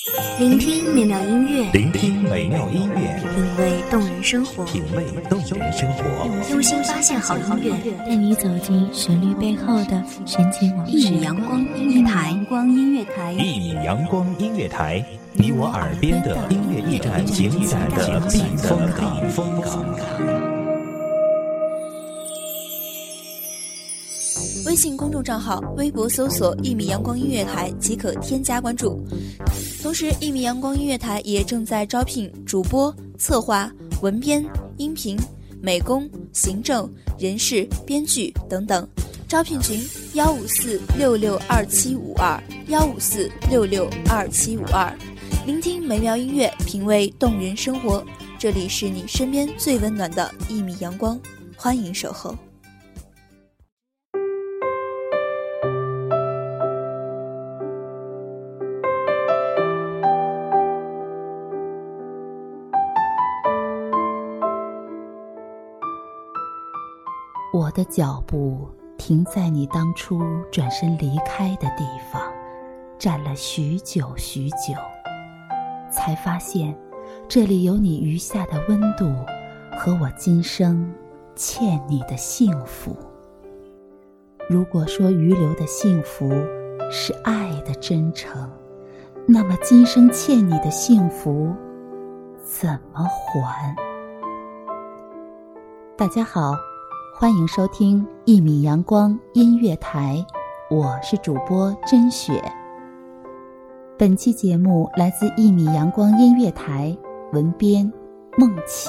聆听美妙音乐， 聆听美妙音乐， 品味动人生活， 品味动人生活， 用心发现好音乐， 带你走进旋律背后的深情往事。 一米阳光音乐台， 一米阳光音乐台，你我耳边的音乐驿站，情感的避风港。 微信公众账号、微博搜索“一米阳光音乐台”即可添加关注。同时，一米阳光音乐台也正在招聘主播、策划、文编、音频、美工、行政、人事、编剧等等。招聘群154662752，154662752。聆听美妙音乐，品味动人生活。这里是你身边最温暖的一米阳光，欢迎守候。 我的脚步停在你当初转身离开的地方，站了许久许久，才发现这里有你余下的温度和我今生欠你的幸福。如果说余留的幸福是爱的真诚，那么今生欠你的幸福怎么还？大家好，欢迎收听一米阳光音乐台，我是主播甄雪。本期节目来自一米阳光音乐台，文编梦琪。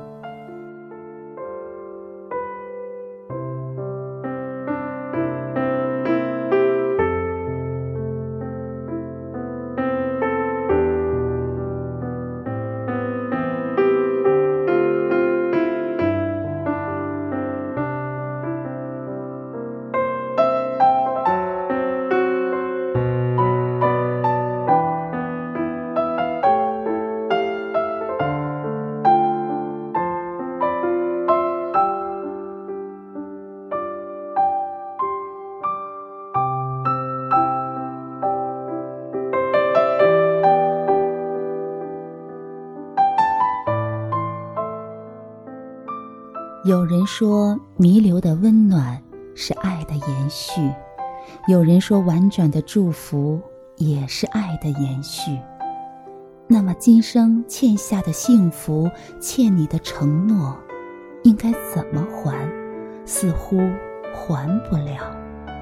有人说弥留的温暖是爱的延续，有人说婉转的祝福也是爱的延续。那么今生欠下的幸福，欠你的承诺，应该怎么还？似乎还不了。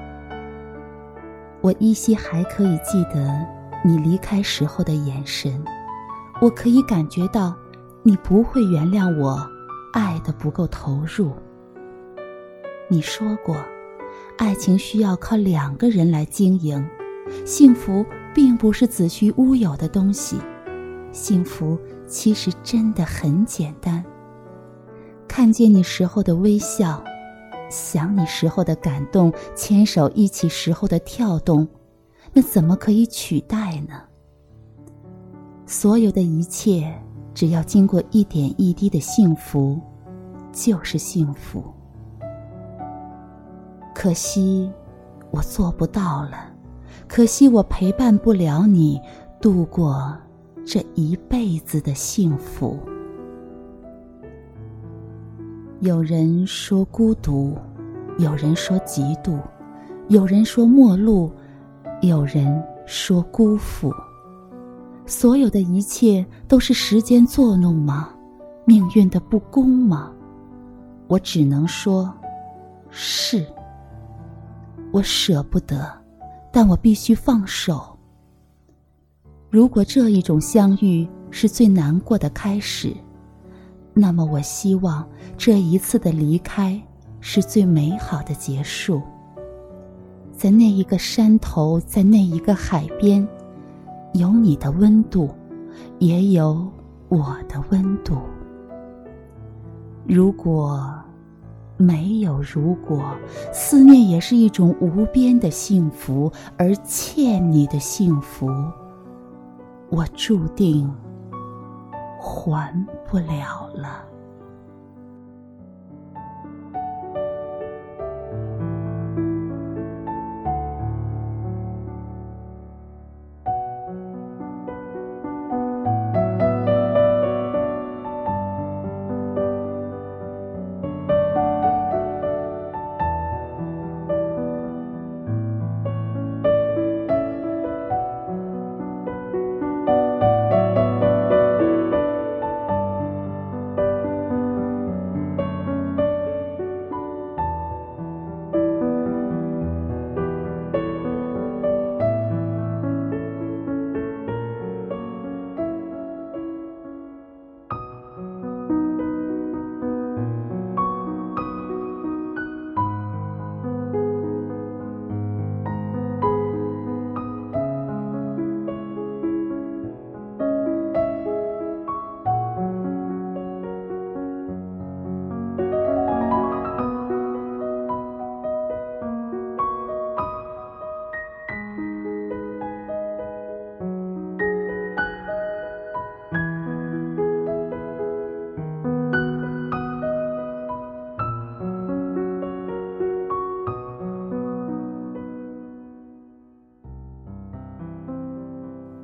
我依稀还可以记得你离开时候的眼神，我可以感觉到你不会原谅我爱得不够投入。你说过，爱情需要靠两个人来经营，幸福并不是子虚乌有的东西，幸福其实真的很简单。看见你时候的微笑，想你时候的感动，牵手一起时候的跳动，那怎么可以取代呢？所有的一切只要经过一点一滴的幸福，就是幸福。可惜我做不到了，可惜我陪伴不了你度过这一辈子的幸福。有人说孤独，有人说嫉妒，有人说陌路，有人说辜负。所有的一切都是时间作弄吗？命运的不公吗？我只能说，是。我舍不得，但我必须放手。如果这一种相遇是最难过的开始，那么我希望这一次的离开是最美好的结束。在那一个山头，在那一个海边，有你的温度，也有我的温度。如果没有如果，思念也是一种无边的幸福，而欠你的幸福，我注定还不了了。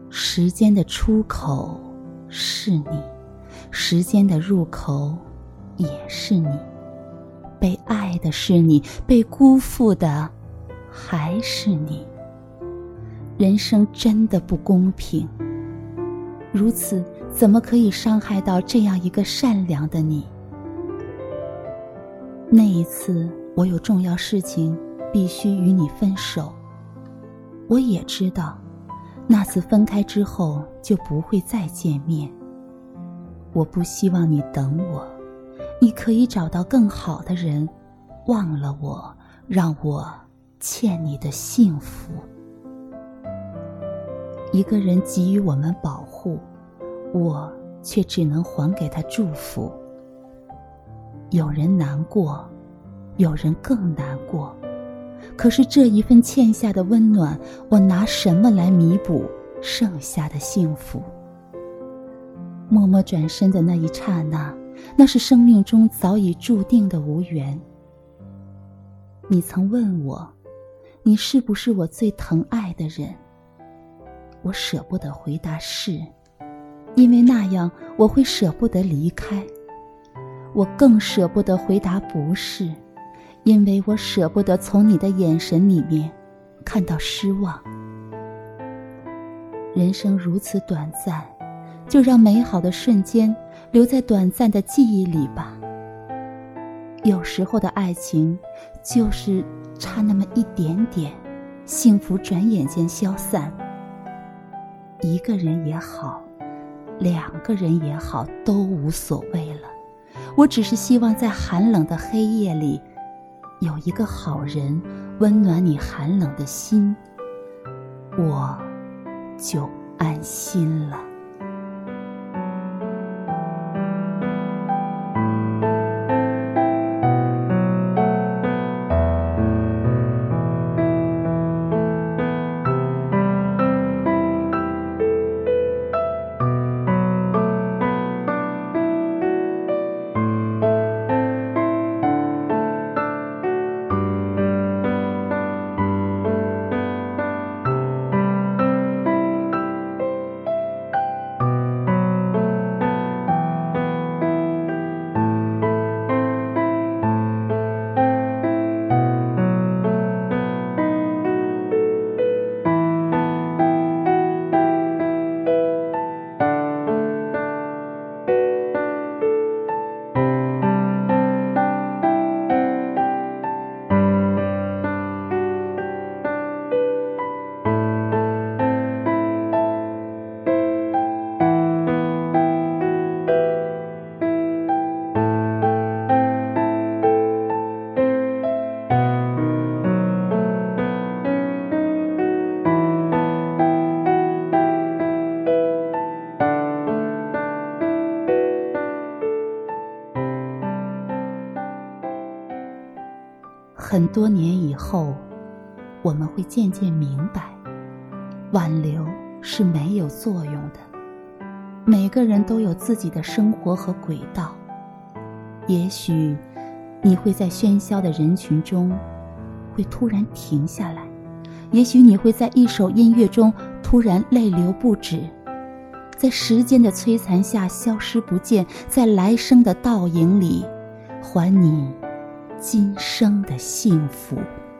时间的出口是你，时间的入口也是你，被爱的是你，被辜负的还是你。人生真的不公平，如此怎么可以伤害到这样一个善良的你？那一次我有重要事情必须与你分手，我也知道那次分开之后就不会再见面。我不希望你等我，你可以找到更好的人，忘了我，让我欠你的幸福。一个人给予我们保护，我却只能还给他祝福。有人难过，有人更难过，可是这一份欠下的温暖，我拿什么来弥补剩下的幸福？默默转身的那一刹那，那是生命中早已注定的无缘。你曾问我，你是不是我最疼爱的人？我舍不得回答是，因为那样我会舍不得离开。我更舍不得回答不是，因为我舍不得从你的眼神里面看到失望。人生如此短暂，就让美好的瞬间留在短暂的记忆里吧。有时候的爱情就是差那么一点点，幸福转眼间消散。一个人也好，两个人也好，都无所谓了。我只是希望在寒冷的黑夜里，有一个好人温暖你寒冷的心，我就安心了。很多年以后，我们会渐渐明白，挽留是没有作用的。每个人都有自己的生活和轨道，也许你会在喧嚣的人群中会突然停下来，也许你会在一首音乐中突然泪流不止，在时间的摧残下消失不见，在来生的倒影里还你今生的幸福。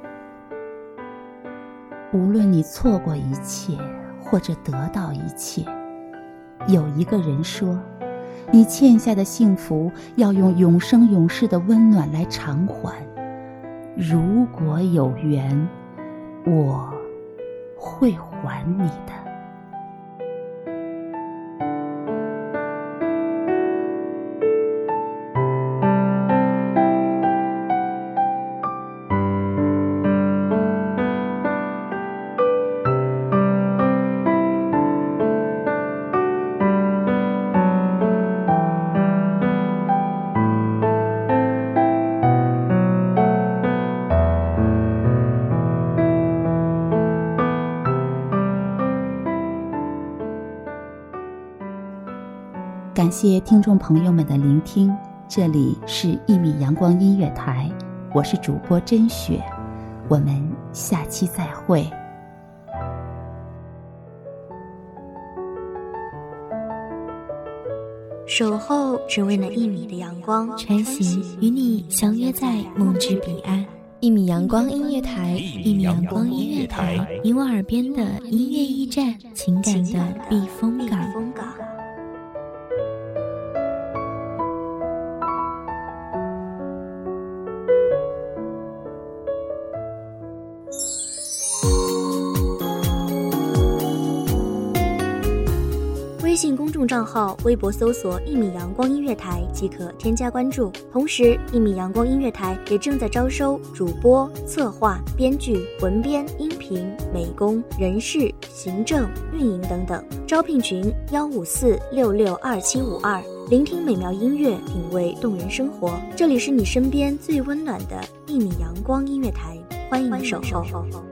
无论你错过一切或者得到一切，有一个人说，你欠下的幸福要用永生永世的温暖来偿还。如果有缘，我会还你的。感谢听众朋友们的聆听，这里是1米阳光音乐台，我是主播甄雪，我们下期再会。 守候只为那1米的阳光， 穿行与你相约在梦之彼岸。 1米阳光音乐台 1米阳光音乐台， 你我耳边的音乐驿站，情感的避风港。 微信公众账号、微博搜索1米阳光音乐台即可添加关注。同时1米阳光音乐台也正在招收主播、策划、编剧、文编、音频、美工、人事、行政、运营等等。招聘群154662752。聆听美妙音乐，品味动人生活。这里是你身边最温暖的1米阳光音乐台，欢迎你守候。